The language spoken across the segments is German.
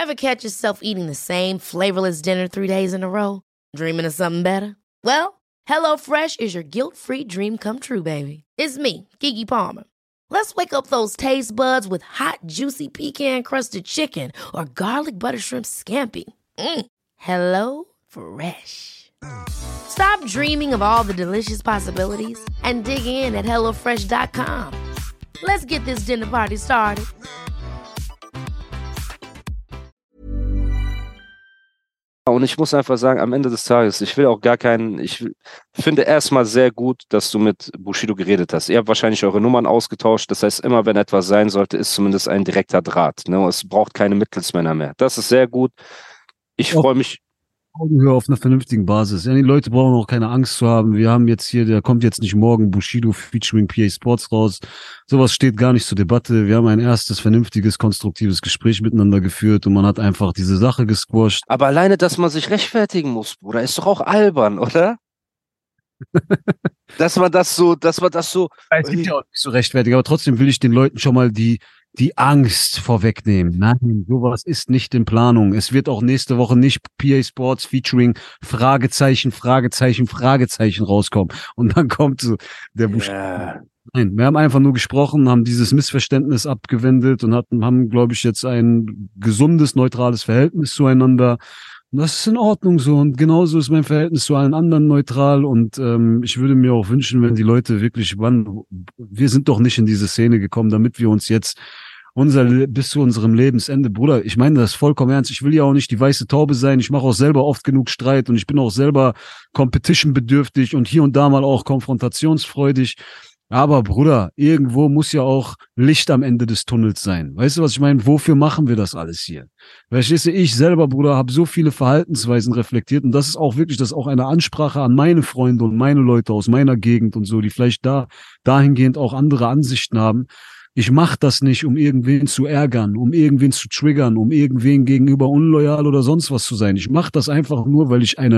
Ever catch yourself eating the same flavorless dinner 3 days in a row? Dreaming of something better? Well, HelloFresh is your guilt-free dream come true, baby. It's me, Keke Palmer. Let's wake up those taste buds with hot, juicy pecan-crusted chicken or garlic butter shrimp scampi. Hello Fresh. Stop dreaming of all the delicious possibilities and dig in at HelloFresh.com. Let's get this dinner party started. Und ich muss einfach sagen, am Ende des Tages, ich finde erstmal sehr gut, dass du mit Bushido geredet hast. Ihr habt wahrscheinlich eure Nummern ausgetauscht. Das heißt, immer wenn etwas sein sollte, ist zumindest ein direkter Draht. Ne? Es braucht keine Mittelsmänner mehr. Das ist sehr gut. Ich freue mich. Augenhöhe auf einer vernünftigen Basis. Ja, die Leute brauchen auch keine Angst zu haben. Wir haben jetzt hier, der kommt jetzt nicht morgen Bushido featuring PA Sports raus. Sowas steht gar nicht zur Debatte. Wir haben ein erstes vernünftiges, konstruktives Gespräch miteinander geführt und man hat einfach diese Sache gesquasht. Aber alleine, dass man sich rechtfertigen muss, Bruder, ist doch auch albern, oder? dass man das so. Es gibt ja auch nicht so rechtfertig, aber trotzdem will ich den Leuten schon mal die Angst vorwegnehmen. Nein, sowas ist nicht in Planung. Es wird auch nächste Woche nicht PA Sports featuring Fragezeichen rauskommen. Und dann kommt so der Bushido. Nein, wir haben einfach nur gesprochen, haben dieses Missverständnis abgewendet und haben, glaube ich, jetzt ein gesundes, neutrales Verhältnis zueinander. Und das ist in Ordnung so. Und genauso ist mein Verhältnis zu allen anderen neutral. Und ich würde mir auch wünschen, wenn die Leute wirklich, wir sind doch nicht in diese Szene gekommen, damit wir uns jetzt bis zu unserem Lebensende, Bruder, ich meine das vollkommen ernst. Ich will ja auch nicht die weiße Taube sein. Ich mache auch selber oft genug Streit und ich bin auch selber competition-bedürftig und hier und da mal auch konfrontationsfreudig. Aber Bruder, irgendwo muss ja auch Licht am Ende des Tunnels sein. Weißt du, was ich meine? Wofür machen wir das alles hier? Verstehst du, ich selber, Bruder, habe so viele Verhaltensweisen reflektiert und das ist auch eine Ansprache an meine Freunde und meine Leute aus meiner Gegend und so, die vielleicht dahingehend auch andere Ansichten haben. Ich mache das nicht, um irgendwen zu ärgern, um irgendwen zu triggern, um irgendwen gegenüber unloyal oder sonst was zu sein. Ich mache das einfach nur, weil ich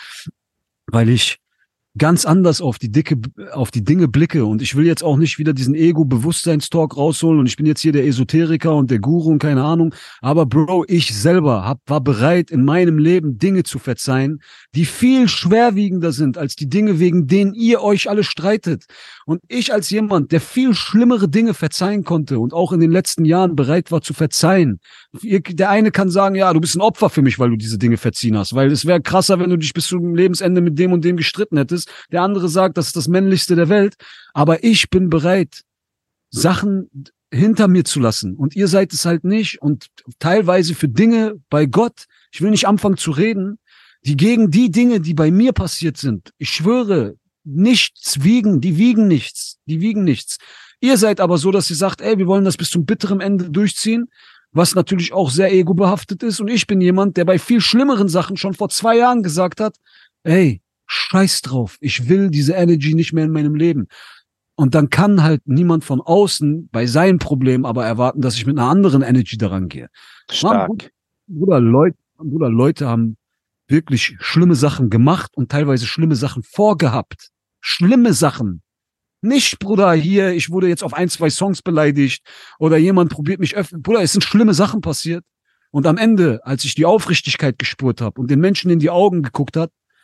ganz anders auf die Dinge blicke und ich will jetzt auch nicht wieder diesen Ego-Bewusstseinstalk rausholen und ich bin jetzt hier der Esoteriker und der Guru und keine Ahnung, aber Bro, ich selber war bereit in meinem Leben Dinge zu verzeihen, die viel schwerwiegender sind als die Dinge, wegen denen ihr euch alle streitet. Und ich als jemand, der viel schlimmere Dinge verzeihen konnte und auch in den letzten Jahren bereit war zu verzeihen. Der eine kann sagen, ja, du bist ein Opfer für mich, weil du diese Dinge verziehen hast, weil es wäre krasser, wenn du dich bis zum Lebensende mit dem und dem gestritten hättest. Der andere sagt, das ist das Männlichste der Welt. Aber ich bin bereit, Sachen hinter mir zu lassen. Und ihr seid es halt nicht. Und teilweise für Dinge bei Gott, ich will nicht anfangen zu reden, die gegen die Dinge, die bei mir passiert sind, ich schwöre, die wiegen nichts. Ihr seid aber so, dass ihr sagt, ey, wir wollen das bis zum bitteren Ende durchziehen, was natürlich auch sehr ego-behaftet ist. Und ich bin jemand, der bei viel schlimmeren Sachen schon vor 2 Jahren gesagt hat, ey, scheiß drauf, ich will diese Energy nicht mehr in meinem Leben. Und dann kann halt niemand von außen bei seinen Problemen aber erwarten, dass ich mit einer anderen Energy daran gehe. Stark. Bruder, Leute haben wirklich schlimme Sachen gemacht und teilweise schlimme Sachen vorgehabt. Schlimme Sachen. Nicht, Bruder, hier, ich wurde jetzt auf 1, 2 Songs beleidigt oder jemand probiert mich öffnen. Bruder, es sind schlimme Sachen passiert. Und am Ende, als ich die Aufrichtigkeit gespürt habe und den Menschen in die Augen geguckt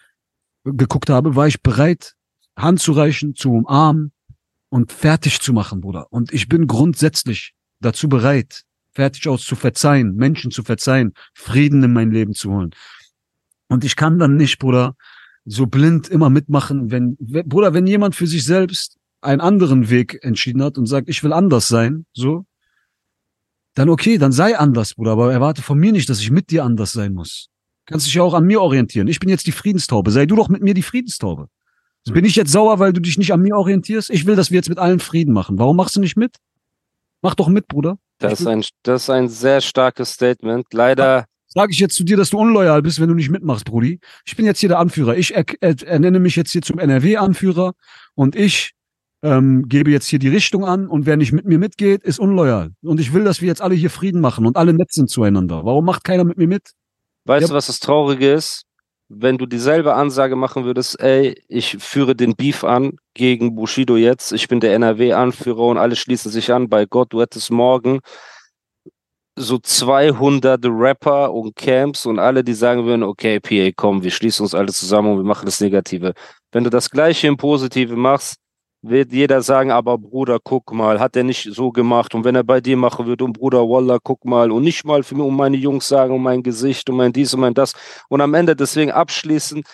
habe, war ich bereit, Hand zu reichen, zu umarmen und fertig zu machen, Bruder. Und ich bin grundsätzlich dazu bereit, fertig zu verzeihen, Menschen zu verzeihen, Frieden in mein Leben zu holen. Und ich kann dann nicht, Bruder, so blind immer mitmachen, wenn jemand für sich selbst einen anderen Weg entschieden hat und sagt, ich will anders sein, so, dann okay, dann sei anders, Bruder, aber erwarte von mir nicht, dass ich mit dir anders sein muss. Kannst dich ja auch an mir orientieren. Ich bin jetzt die Friedenstaube. Sei du doch mit mir die Friedenstaube. Bin ich jetzt sauer, weil du dich nicht an mir orientierst? Ich will, dass wir jetzt mit allen Frieden machen. Warum machst du nicht mit? Mach doch mit, Bruder. Das ist ein sehr starkes Statement. Leider sage ich jetzt zu dir, dass du unloyal bist, wenn du nicht mitmachst, Brudi. Ich bin jetzt hier der Anführer. Ich ernenne mich jetzt hier zum NRW-Anführer und ich gebe jetzt hier die Richtung an und wer nicht mit mir mitgeht, ist unloyal. Und ich will, dass wir jetzt alle hier Frieden machen und alle nett sind zueinander. Warum macht keiner mit mir mit? Weißt du, was das Traurige ist? Wenn du dieselbe Ansage machen würdest, ey, ich führe den Beef an gegen Bushido jetzt, ich bin der NRW-Anführer und alle schließen sich an, bei Gott, du hättest morgen so 200 Rapper und Camps und alle, die sagen würden, okay, PA, komm, wir schließen uns alle zusammen und wir machen das Negative. Wenn du das Gleiche im Positive machst, wird jeder sagen, aber Bruder, guck mal, hat er nicht so gemacht. Und wenn er bei dir machen würde, und Bruder, Wallah, guck mal, und nicht mal für mich, um meine Jungs sagen, um mein Gesicht, um mein dies, um mein das. Und am Ende deswegen abschließen,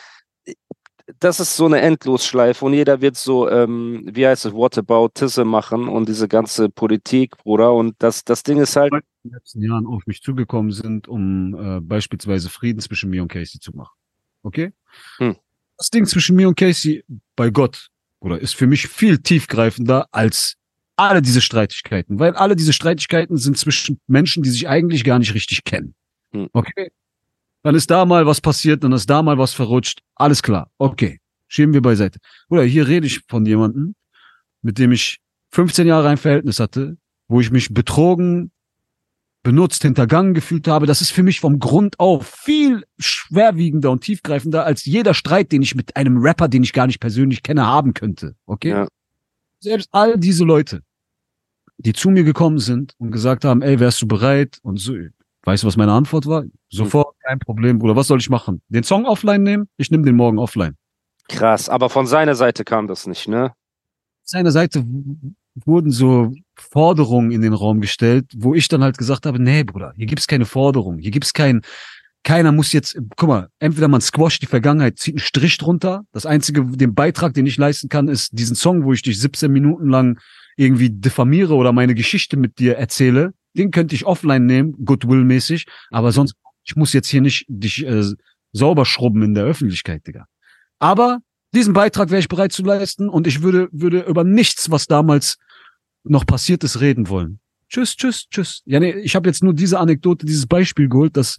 das ist so eine Endlosschleife und jeder wird so, wie heißt es, Whataboutism machen und diese ganze Politik, Bruder. Und das Ding ist halt, in den letzten Jahren auf mich zugekommen sind, um beispielsweise Frieden zwischen mir und Casey zu machen. Okay? Hm. Das Ding zwischen mir und Casey, bei Gott, oder ist für mich viel tiefgreifender als alle diese Streitigkeiten, weil alle diese Streitigkeiten sind zwischen Menschen, die sich eigentlich gar nicht richtig kennen. Hm. Okay? Dann ist da mal was passiert, dann ist da mal was verrutscht. Alles klar. Okay. Schieben wir beiseite. Oder hier rede ich von jemandem, mit dem ich 15 Jahre ein Verhältnis hatte, wo ich mich betrogen, benutzt, hintergangen gefühlt habe. Das ist für mich vom Grund auf viel schwerwiegender und tiefgreifender als jeder Streit, den ich mit einem Rapper, den ich gar nicht persönlich kenne, haben könnte. Okay? Ja. Selbst all diese Leute, die zu mir gekommen sind und gesagt haben, ey, wärst du bereit? Und so, weißt du, was meine Antwort war? Sofort, kein Problem, Bruder. Was soll ich machen? Den Song offline nehmen? Ich nehme den morgen offline. Krass, aber von seiner Seite kam das nicht, ne? Seiner Seite wurden so Forderungen in den Raum gestellt, wo ich dann halt gesagt habe, nee, Bruder, hier gibt's keine Forderung, hier gibt's keiner muss jetzt, guck mal, entweder man squasht die Vergangenheit, zieht einen Strich drunter. Das einzige, den Beitrag, den ich leisten kann, ist diesen Song, wo ich dich 17 Minuten lang irgendwie diffamiere oder meine Geschichte mit dir erzähle. Den könnte ich offline nehmen, Goodwill-mäßig, aber sonst, ich muss jetzt hier nicht dich sauber schrubben in der Öffentlichkeit, Digga. Aber diesen Beitrag wäre ich bereit zu leisten und ich würde über nichts, was damals noch passiert ist, reden wollen. Tschüss, tschüss, tschüss. Ja, nee, ich habe jetzt nur diese Anekdote, dieses Beispiel geholt, dass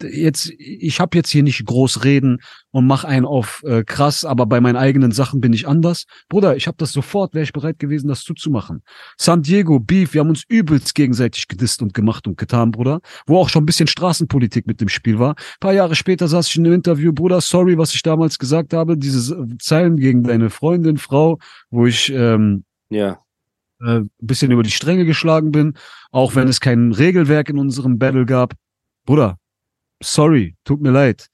ich habe jetzt hier nicht groß reden und mach einen auf krass, aber bei meinen eigenen Sachen bin ich anders. Bruder, ich habe das sofort, wäre ich bereit gewesen, das zuzumachen. San Diego, Beef, wir haben uns übelst gegenseitig gedisst und gemacht und getan, Bruder. Wo auch schon ein bisschen Straßenpolitik mit dem Spiel war. Ein paar Jahre später saß ich in einem Interview, Bruder, sorry, was ich damals gesagt habe, diese Zeilen gegen deine Freundin, Frau, wo ich Ja. ein bisschen über die Stränge geschlagen bin, auch wenn es kein Regelwerk in unserem Battle gab. Bruder, sorry, tut mir leid.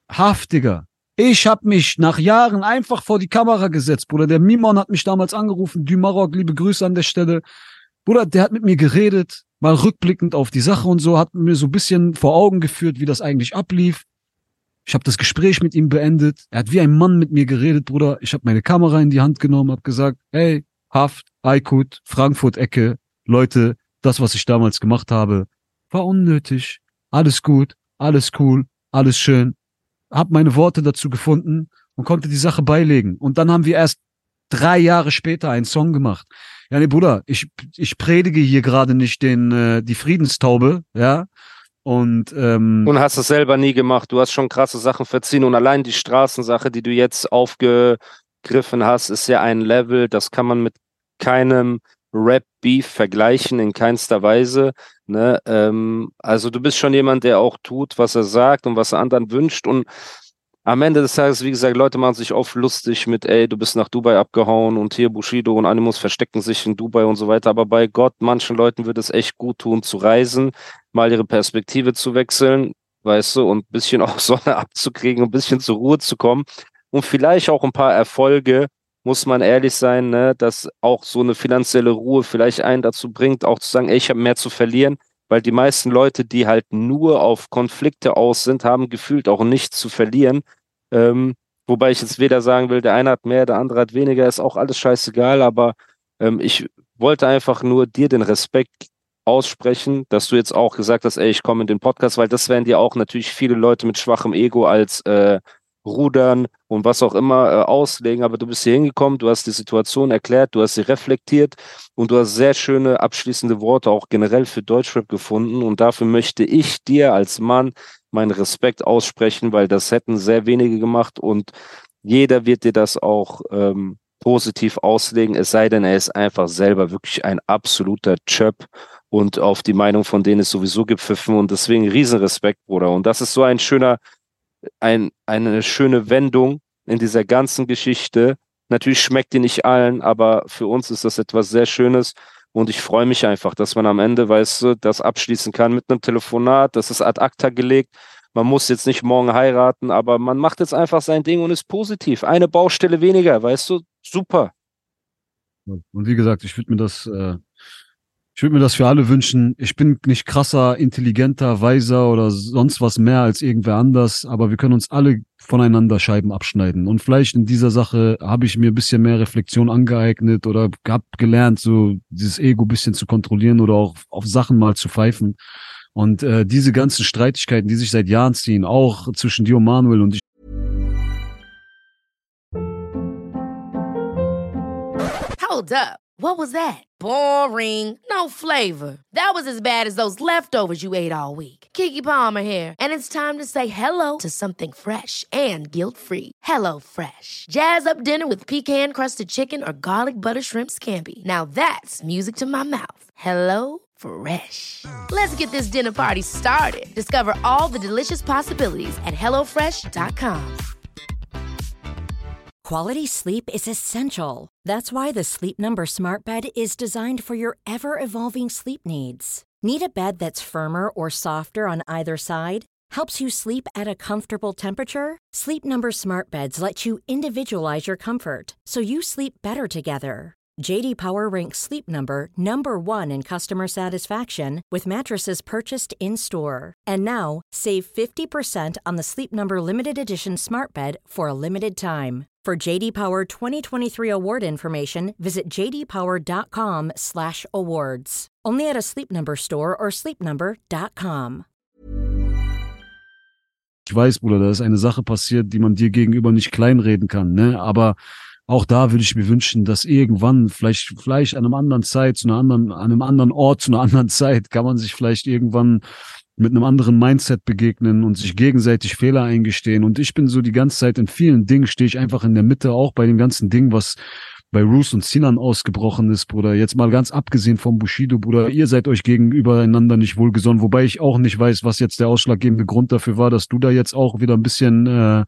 Digga. Ich hab mich nach Jahren einfach vor die Kamera gesetzt, Bruder. Der Mimon hat mich damals angerufen. Du Marok, liebe Grüße an der Stelle. Bruder, der hat mit mir geredet, mal rückblickend auf die Sache und so, hat mir so ein bisschen vor Augen geführt, wie das eigentlich ablief. Ich habe das Gespräch mit ihm beendet. Er hat wie ein Mann mit mir geredet, Bruder. Ich habe meine Kamera in die Hand genommen, habe gesagt, hey, Haft, Aykut, Frankfurt-Ecke, Leute, das, was ich damals gemacht habe, war unnötig. Alles gut, alles cool, alles schön. Hab meine Worte dazu gefunden und konnte die Sache beilegen. Und dann haben wir erst 3 Jahre später einen Song gemacht. Ja, nee, Bruder, ich predige hier gerade nicht die Friedenstaube, ja. Und hast es selber nie gemacht. Du hast schon krasse Sachen verziehen und allein die Straßensache, die du jetzt aufgegriffen hast, ist ja ein Level, das kann man mit keinem Rap-Beef vergleichen, in keinster Weise. Ne? Also du bist schon jemand, der auch tut, was er sagt und was er anderen wünscht. Und am Ende des Tages, wie gesagt, Leute machen sich oft lustig mit, ey, du bist nach Dubai abgehauen und hier Bushido und Animus verstecken sich in Dubai und so weiter. Aber bei Gott, manchen Leuten würde es echt gut tun, zu reisen, mal ihre Perspektive zu wechseln, weißt du, und ein bisschen auch Sonne abzukriegen, ein bisschen zur Ruhe zu kommen und vielleicht auch ein paar Erfolge, muss man ehrlich sein, ne, dass auch so eine finanzielle Ruhe vielleicht einen dazu bringt, auch zu sagen, ey, ich habe mehr zu verlieren, weil die meisten Leute, die halt nur auf Konflikte aus sind, haben gefühlt auch nichts zu verlieren. Wobei ich jetzt weder sagen will, der eine hat mehr, der andere hat weniger, ist auch alles scheißegal, aber ich wollte einfach nur dir den Respekt aussprechen, dass du jetzt auch gesagt hast, ey, ich komme in den Podcast, weil das werden dir auch natürlich viele Leute mit schwachem Ego als Rudern und was auch immer auslegen, aber du bist hier hingekommen, du hast die Situation erklärt, du hast sie reflektiert und du hast sehr schöne abschließende Worte auch generell für Deutschrap gefunden und dafür möchte ich dir als Mann meinen Respekt aussprechen, weil das hätten sehr wenige gemacht und jeder wird dir das auch positiv auslegen, es sei denn, er ist einfach selber wirklich ein absoluter Chöp und auf die Meinung von denen ist sowieso gepfiffen und deswegen Riesenrespekt, Bruder. Und das ist so eine schöne Wendung in dieser ganzen Geschichte. Natürlich schmeckt die nicht allen, aber für uns ist das etwas sehr Schönes. Und ich freue mich einfach, dass man am Ende, weißt du, das abschließen kann mit einem Telefonat. Das ist ad acta gelegt. Man muss jetzt nicht morgen heiraten, aber man macht jetzt einfach sein Ding und ist positiv. Eine Baustelle weniger, weißt du? Super. Und wie gesagt, ich würde mir das für alle wünschen. Ich bin nicht krasser, intelligenter, weiser oder sonst was mehr als irgendwer anders, aber wir können uns alle voneinander Scheiben abschneiden. Und vielleicht in dieser Sache habe ich mir ein bisschen mehr Reflexion angeeignet oder habe gelernt, so dieses Ego ein bisschen zu kontrollieren oder auch auf Sachen mal zu pfeifen. Und diese ganzen Streitigkeiten, die sich seit Jahren ziehen, auch zwischen dir und Manuel und ich. Hold up. What was that? Boring. No flavor. That was as bad as those leftovers you ate all week. Keke Palmer here, and it's time to say hello to something fresh and guilt-free. Hello Fresh. Jazz up dinner with pecan-crusted chicken or garlic butter shrimp scampi. Now that's music to my mouth. Hello Fresh. Let's get this dinner party started. Discover all the delicious possibilities at hellofresh.com. Quality sleep is essential. That's why the Sleep Number Smart Bed is designed for your ever-evolving sleep needs. Need a bed that's firmer or softer on either side? Helps you sleep at a comfortable temperature? Sleep Number Smart Beds let you individualize your comfort, so you sleep better together. J.D. Power ranks Sleep Number number 1 in customer satisfaction with mattresses purchased in-store. And now, save 50% on the Sleep Number Limited Edition Smart Bed for a limited time. For J.D. Power 2023 award information, visit jdpower.com/awards. Only at a Sleep Number store or sleepnumber.com. Ich weiß, Bruder, da ist eine Sache passiert, die man dir gegenüber nicht kleinreden kann, ne? Aber auch da würde ich mir wünschen, dass irgendwann, vielleicht an einem anderen Zeit, an einem anderen Ort, zu einer anderen Zeit, kann man sich vielleicht irgendwann mit einem anderen Mindset begegnen und sich gegenseitig Fehler eingestehen. Und ich bin so die ganze Zeit in vielen Dingen, stehe ich einfach in der Mitte, auch bei dem ganzen Ding, was bei Roos und Sinan ausgebrochen ist, Bruder. Jetzt mal ganz abgesehen vom Bushido, Bruder, ihr seid euch gegenüber einander nicht wohlgesonnen, wobei ich auch nicht weiß, was jetzt der ausschlaggebende Grund dafür war, dass du da jetzt auch wieder ein bisschen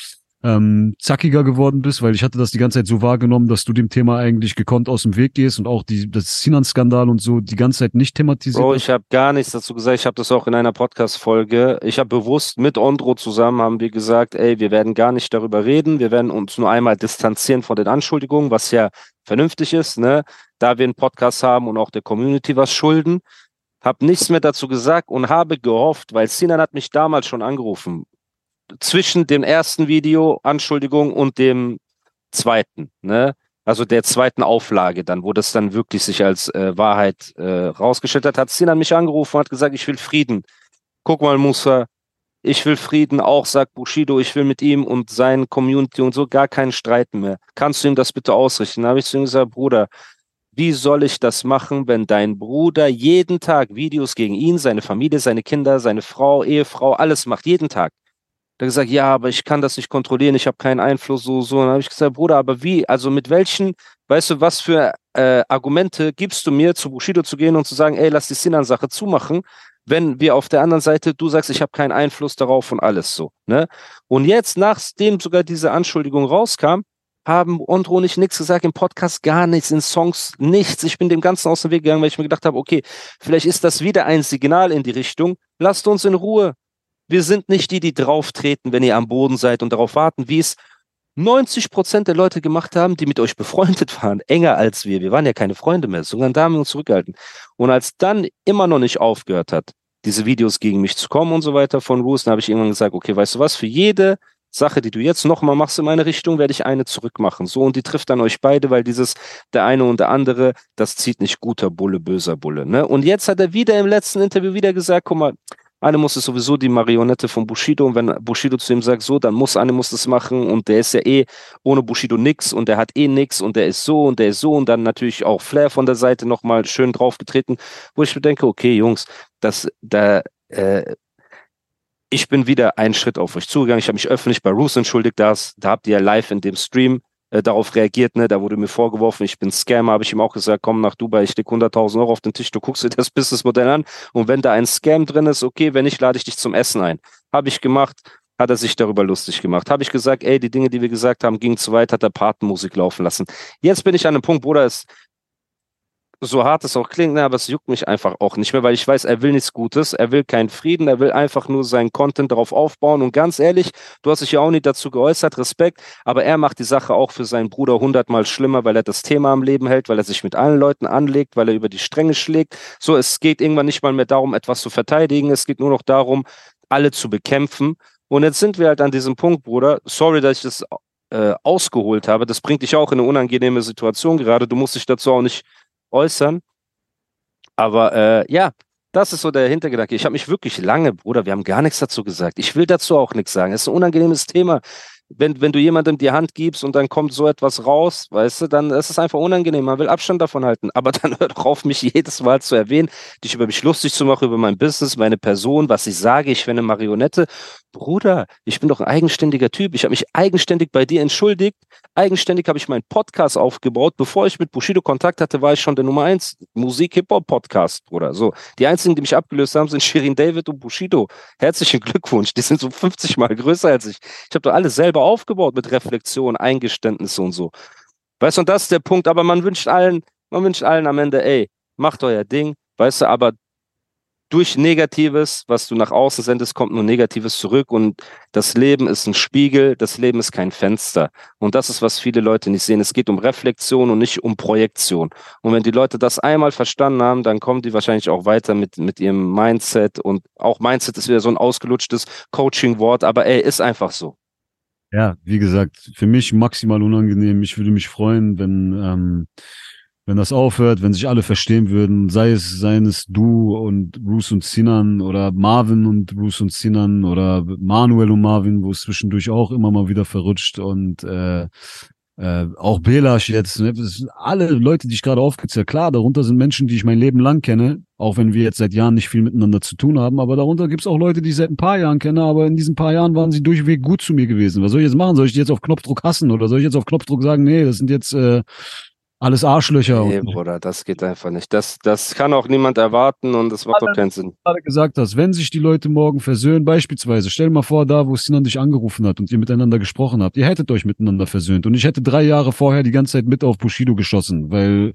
zackiger geworden bist, weil ich hatte das die ganze Zeit so wahrgenommen, dass du dem Thema eigentlich gekonnt aus dem Weg gehst und auch das Sinan-Skandal und so die ganze Zeit nicht thematisiert. Bro, ich habe gar nichts dazu gesagt. Ich habe das auch in einer Podcast-Folge. Ich habe bewusst mit Ondro zusammen, haben wir gesagt, ey, wir werden gar nicht darüber reden. Wir werden uns nur einmal distanzieren von den Anschuldigungen, was ja vernünftig ist, ne? Da wir einen Podcast haben und auch der Community was schulden. Habe nichts mehr dazu gesagt und habe gehofft, weil Sinan hat mich damals schon angerufen, zwischen dem ersten Video, Anschuldigung, und dem zweiten, ne? Also der zweiten Auflage dann, wo das dann wirklich sich als Wahrheit rausgestellt hat Sinan mich angerufen und hat gesagt, ich will Frieden. Guck mal, Musa, ich will Frieden, auch sagt Bushido, ich will mit ihm und seinen Community und so gar keinen Streiten mehr. Kannst du ihm das bitte ausrichten? Dann habe ich zu ihm gesagt, Bruder, wie soll ich das machen, wenn dein Bruder jeden Tag Videos gegen ihn, seine Familie, seine Kinder, seine Frau, Ehefrau, alles macht, jeden Tag? Da gesagt, ja, aber ich kann das nicht kontrollieren, ich habe keinen Einfluss, so. Und dann habe ich gesagt, Bruder, aber wie, also mit welchen, weißt du, was für Argumente gibst du mir, zu Bushido zu gehen und zu sagen, ey, lass die Sinan-Sache zumachen, wenn wir auf der anderen Seite, du sagst, ich habe keinen Einfluss darauf und alles so, ne? Und jetzt, nachdem sogar diese Anschuldigung rauskam, haben Ondro und ich nichts gesagt, im Podcast gar nichts, in Songs nichts. Ich bin dem Ganzen aus dem Weg gegangen, weil ich mir gedacht habe, okay, vielleicht ist das wieder ein Signal in die Richtung, lasst uns in Ruhe. Wir sind nicht die drauf treten, wenn ihr am Boden seid und darauf warten, wie es 90% der Leute gemacht haben, die mit euch befreundet waren, enger als wir. Wir waren ja keine Freunde mehr, sondern da haben wir uns zurückgehalten. Und als dann immer noch nicht aufgehört hat, diese Videos gegen mich zu kommen und so weiter von Roos, dann habe ich irgendwann gesagt, okay, weißt du was, für jede Sache, die du jetzt nochmal machst in meine Richtung, werde ich eine zurückmachen. So, und die trifft dann euch beide, weil der eine und der andere, das zieht nicht guter Bulle, böser Bulle, ne? Und jetzt hat er wieder im letzten Interview wieder gesagt, guck mal, Animus ist sowieso die Marionette von Bushido und wenn Bushido zu ihm sagt, so, dann muss Animus das machen und der ist ja eh ohne Bushido nix und der hat eh nix und der ist so und der ist so und dann natürlich auch Flair von der Seite nochmal schön draufgetreten, wo ich mir denke, okay, Jungs, ich bin wieder einen Schritt auf euch zugegangen, ich habe mich öffentlich bei Roos entschuldigt, da habt ihr ja live in dem Stream darauf reagiert, ne? Da wurde mir vorgeworfen, ich bin Scammer, habe ich ihm auch gesagt, komm nach Dubai, ich leg 100.000 Euro auf den Tisch, du guckst dir das Businessmodell an und wenn da ein Scam drin ist, okay, wenn nicht, lade ich dich zum Essen ein. Habe ich gemacht, hat er sich darüber lustig gemacht. Habe ich gesagt, ey, die Dinge, die wir gesagt haben, gingen zu weit, hat er Patenmusik laufen lassen. Jetzt bin ich an einem Punkt, Bruder, so hart es auch klingt, ne, aber es juckt mich einfach auch nicht mehr, weil ich weiß, er will nichts Gutes, er will keinen Frieden, er will einfach nur seinen Content darauf aufbauen. Und ganz ehrlich, du hast dich ja auch nicht dazu geäußert, Respekt, aber er macht die Sache auch für seinen Bruder 100-mal schlimmer, weil er das Thema am Leben hält, weil er sich mit allen Leuten anlegt, weil er über die Stränge schlägt. So, es geht irgendwann nicht mal mehr darum, etwas zu verteidigen, es geht nur noch darum, alle zu bekämpfen. Und jetzt sind wir halt an diesem Punkt, Bruder. Sorry, dass ich das ausgeholt habe. Das bringt dich auch in eine unangenehme Situation gerade. Du musst dich dazu auch nicht äußern. Aber ja, das ist so der Hintergedanke. Ich habe mich wirklich lange, Bruder, wir haben gar nichts dazu gesagt. Ich will dazu auch nichts sagen. Es ist ein unangenehmes Thema. Wenn du jemandem die Hand gibst und dann kommt so etwas raus, weißt du, dann ist es einfach unangenehm. Man will Abstand davon halten. Aber dann hör doch auf, mich jedes Mal zu erwähnen, dich über mich lustig zu machen, über mein Business, meine Person, was ich sage. Ich bin eine Marionette. Bruder, ich bin doch ein eigenständiger Typ. Ich habe mich eigenständig bei dir entschuldigt. Eigenständig habe ich meinen Podcast aufgebaut. Bevor ich mit Bushido Kontakt hatte, war ich schon der Nummer 1 Musik-Hip-Hop-Podcast, Bruder. So, die einzigen, die mich abgelöst haben, sind Shirin David und Bushido. Herzlichen Glückwunsch. Die sind so 50 Mal größer als ich. Ich habe doch alles selber aufgebaut mit Reflexion, Eingeständnisse und so. Weißt du, und das ist der Punkt. Aber man wünscht allen am Ende, ey, macht euer Ding. Weißt du, aber durch Negatives, was du nach außen sendest, kommt nur Negatives zurück und das Leben ist ein Spiegel, das Leben ist kein Fenster. Und das ist, was viele Leute nicht sehen. Es geht um Reflexion und nicht um Projektion. Und wenn die Leute das einmal verstanden haben, dann kommen die wahrscheinlich auch weiter mit ihrem Mindset. Und auch Mindset ist wieder so ein ausgelutschtes Coaching-Wort, aber ey, ist einfach so. Ja, wie gesagt, für mich maximal unangenehm. Ich würde mich freuen, wenn das aufhört, wenn sich alle verstehen würden, seien es du und Bruce und Sinan oder Marvin und Bruce und Sinan oder Manuel und Marvin, wo es zwischendurch auch immer mal wieder verrutscht und auch Belasch jetzt, ne? Das sind alle Leute, die ich gerade aufgezählt. Klar, darunter sind Menschen, die ich mein Leben lang kenne, auch wenn wir jetzt seit Jahren nicht viel miteinander zu tun haben, aber darunter gibt es auch Leute, die ich seit ein paar Jahren kenne, aber in diesen paar Jahren waren sie durchweg gut zu mir gewesen. Was soll ich jetzt machen? Soll ich die jetzt auf Knopfdruck hassen oder soll ich jetzt auf Knopfdruck sagen, nee, das sind jetzt alles Arschlöcher? Nee, Bruder, das geht einfach nicht. Das kann auch niemand erwarten und das macht doch keinen Sinn. Gerade gesagt hast, wenn sich die Leute morgen versöhnen, beispielsweise, stell dir mal vor, da, wo Sinan dich angerufen hat und ihr miteinander gesprochen habt, ihr hättet euch miteinander versöhnt und ich hätte 3 Jahre vorher die ganze Zeit mit auf Bushido geschossen,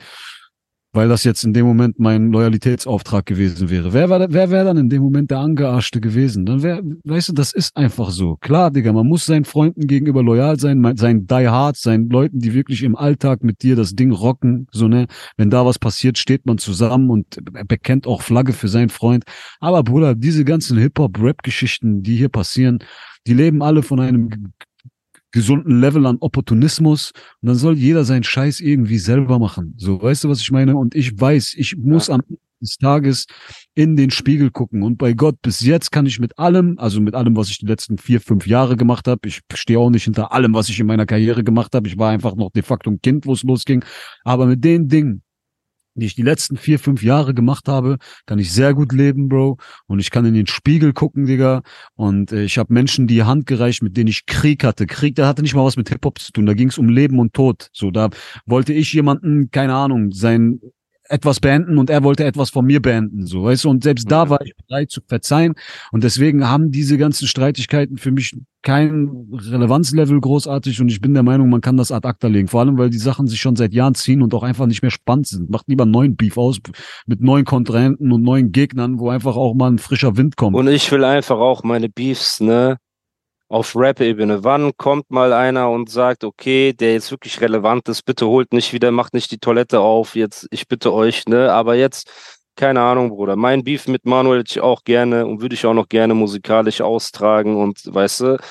weil das jetzt in dem Moment mein Loyalitätsauftrag gewesen wäre. Wer wäre dann in dem Moment der Angearschte gewesen? Dann weißt du, das ist einfach so. Klar, Digga, man muss seinen Freunden gegenüber loyal sein, seinen Die Hards, seinen Leuten, die wirklich im Alltag mit dir das Ding rocken, so, ne? Wenn da was passiert, steht man zusammen und bekennt auch Flagge für seinen Freund. Aber Bruder, diese ganzen Hip-Hop-Rap-Geschichten, die hier passieren, die leben alle von einem gesunden Level an Opportunismus und dann soll jeder seinen Scheiß irgendwie selber machen. So, weißt du, was ich meine? Und ich weiß, ich muss am Ende des Tages in den Spiegel gucken und bei Gott, bis jetzt kann ich mit allem, also mit allem, was ich die letzten 4, 5 Jahre gemacht habe, ich stehe auch nicht hinter allem, was ich in meiner Karriere gemacht habe, ich war einfach noch de facto ein Kind, wo es losging, aber mit den Dingen, die ich die letzten 4, 5 Jahre gemacht habe, kann ich sehr gut leben, Bro. Und ich kann in den Spiegel gucken, Digga. Und ich habe Menschen die Hand gereicht, mit denen ich Krieg hatte. Krieg, der hatte nicht mal was mit Hip-Hop zu tun. Da ging es um Leben und Tod. So, da wollte ich jemanden, keine Ahnung, sein etwas beenden und er wollte etwas von mir beenden, so, weißt du, und selbst da war ich bereit zu verzeihen und deswegen haben diese ganzen Streitigkeiten für mich kein Relevanzlevel großartig und ich bin der Meinung, man kann das ad acta legen, vor allem, weil die Sachen sich schon seit Jahren ziehen und auch einfach nicht mehr spannend sind. Macht lieber einen neuen Beef aus mit neuen Kontrahenten und neuen Gegnern, wo einfach auch mal ein frischer Wind kommt. Und ich will einfach auch meine Beefs, ne, auf Rap-Ebene. Wann kommt mal einer und sagt, okay, der jetzt wirklich relevant ist, bitte holt nicht wieder, macht nicht die Toilette auf, jetzt, ich bitte euch, ne, aber jetzt, keine Ahnung, Bruder, mein Beef mit Manuel hätte ich auch gerne und würde ich auch noch gerne musikalisch austragen und, weißt du,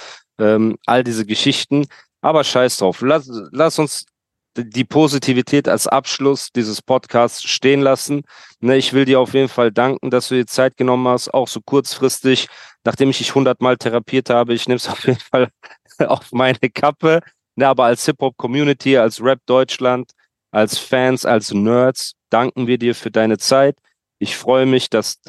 all diese Geschichten, aber scheiß drauf, lass uns die Positivität als Abschluss dieses Podcasts stehen lassen. Ne, ich will dir auf jeden Fall danken, dass du dir Zeit genommen hast, auch so kurzfristig, nachdem ich dich 100-mal therapiert habe. Ich nehme es auf jeden Fall auf meine Kappe. Ne, aber als Hip-Hop-Community, als Rap Deutschland, als Fans, als Nerds, danken wir dir für deine Zeit. Ich freue mich, dass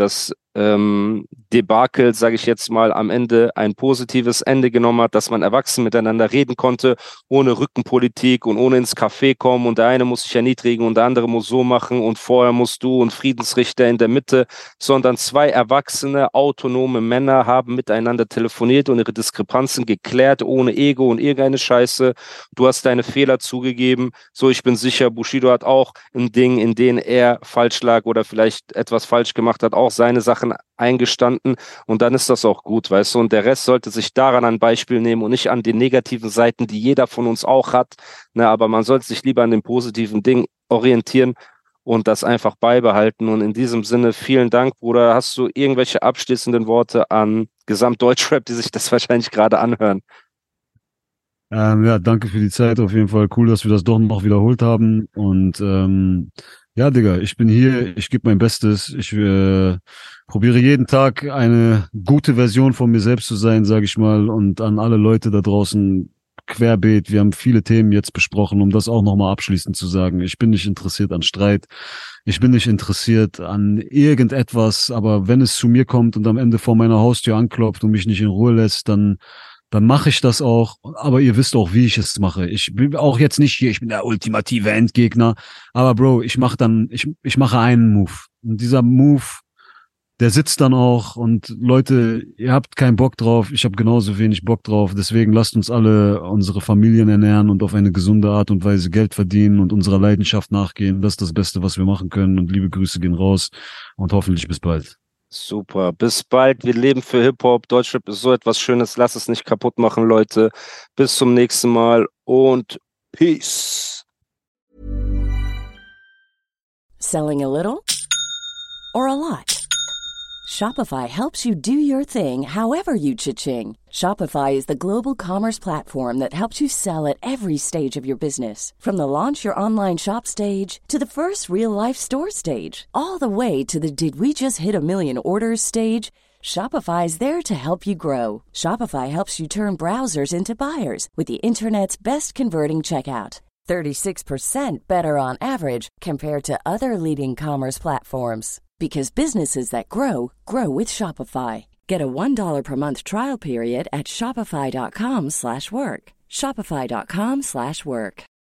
Debakel, sage ich jetzt mal, am Ende ein positives Ende genommen hat, dass man erwachsen miteinander reden konnte, ohne Rückenpolitik und ohne ins Café kommen und der eine muss sich erniedrigen und der andere muss so machen und vorher musst du und Friedensrichter in der Mitte, sondern zwei erwachsene, autonome Männer haben miteinander telefoniert und ihre Diskrepanzen geklärt, ohne Ego und irgendeine Scheiße. Du hast deine Fehler zugegeben. So, ich bin sicher, Bushido hat auch ein Ding, in denen er falsch lag oder vielleicht etwas falsch gemacht hat, auch seine Sachen eingestanden und dann ist das auch gut, weißt du, und der Rest sollte sich daran ein Beispiel nehmen und nicht an den negativen Seiten, die jeder von uns auch hat, ne, aber man sollte sich lieber an den positiven Dingen orientieren und das einfach beibehalten und in diesem Sinne vielen Dank, Bruder. Hast du irgendwelche abschließenden Worte an Gesamtdeutschrap, die sich das wahrscheinlich gerade anhören? Ja, danke für die Zeit. Auf jeden Fall cool, dass wir das doch noch wiederholt haben. Und ja, Digga, ich bin hier, ich gebe mein Bestes. Ich probiere jeden Tag eine gute Version von mir selbst zu sein, sage ich mal. Und an alle Leute da draußen querbeet. Wir haben viele Themen jetzt besprochen, um das auch nochmal abschließend zu sagen. Ich bin nicht interessiert an Streit. Ich bin nicht interessiert an irgendetwas. Aber wenn es zu mir kommt und am Ende vor meiner Haustür anklopft und mich nicht in Ruhe lässt, dann mache ich das auch, aber ihr wisst auch, wie ich es mache. Ich bin auch jetzt nicht hier, ich bin der ultimative Endgegner, aber Bro, ich mache einen Move. Und dieser Move, der sitzt dann auch und Leute, ihr habt keinen Bock drauf, ich habe genauso wenig Bock drauf, deswegen lasst uns alle unsere Familien ernähren und auf eine gesunde Art und Weise Geld verdienen und unserer Leidenschaft nachgehen. Das ist das Beste, was wir machen können und liebe Grüße gehen raus und hoffentlich bis bald. Super, bis bald. Wir leben für Hip-Hop. Deutschrap ist so etwas Schönes. Lass es nicht kaputt machen, Leute. Bis zum nächsten Mal und Peace. Selling a little or a lot? Shopify helps you do your thing however you cha-ching. Shopify is the global commerce platform that helps you sell at every stage of your business. From the launch your online shop stage to the first real-life store stage, all the way to the did we just hit a million orders stage. Shopify is there to help you grow. Shopify helps you turn browsers into buyers with the internet's best converting checkout. 36% better on average compared to other leading commerce platforms. Because businesses that grow, grow with Shopify. Get a $1 per month trial period at shopify.com/work. Shopify.com/work.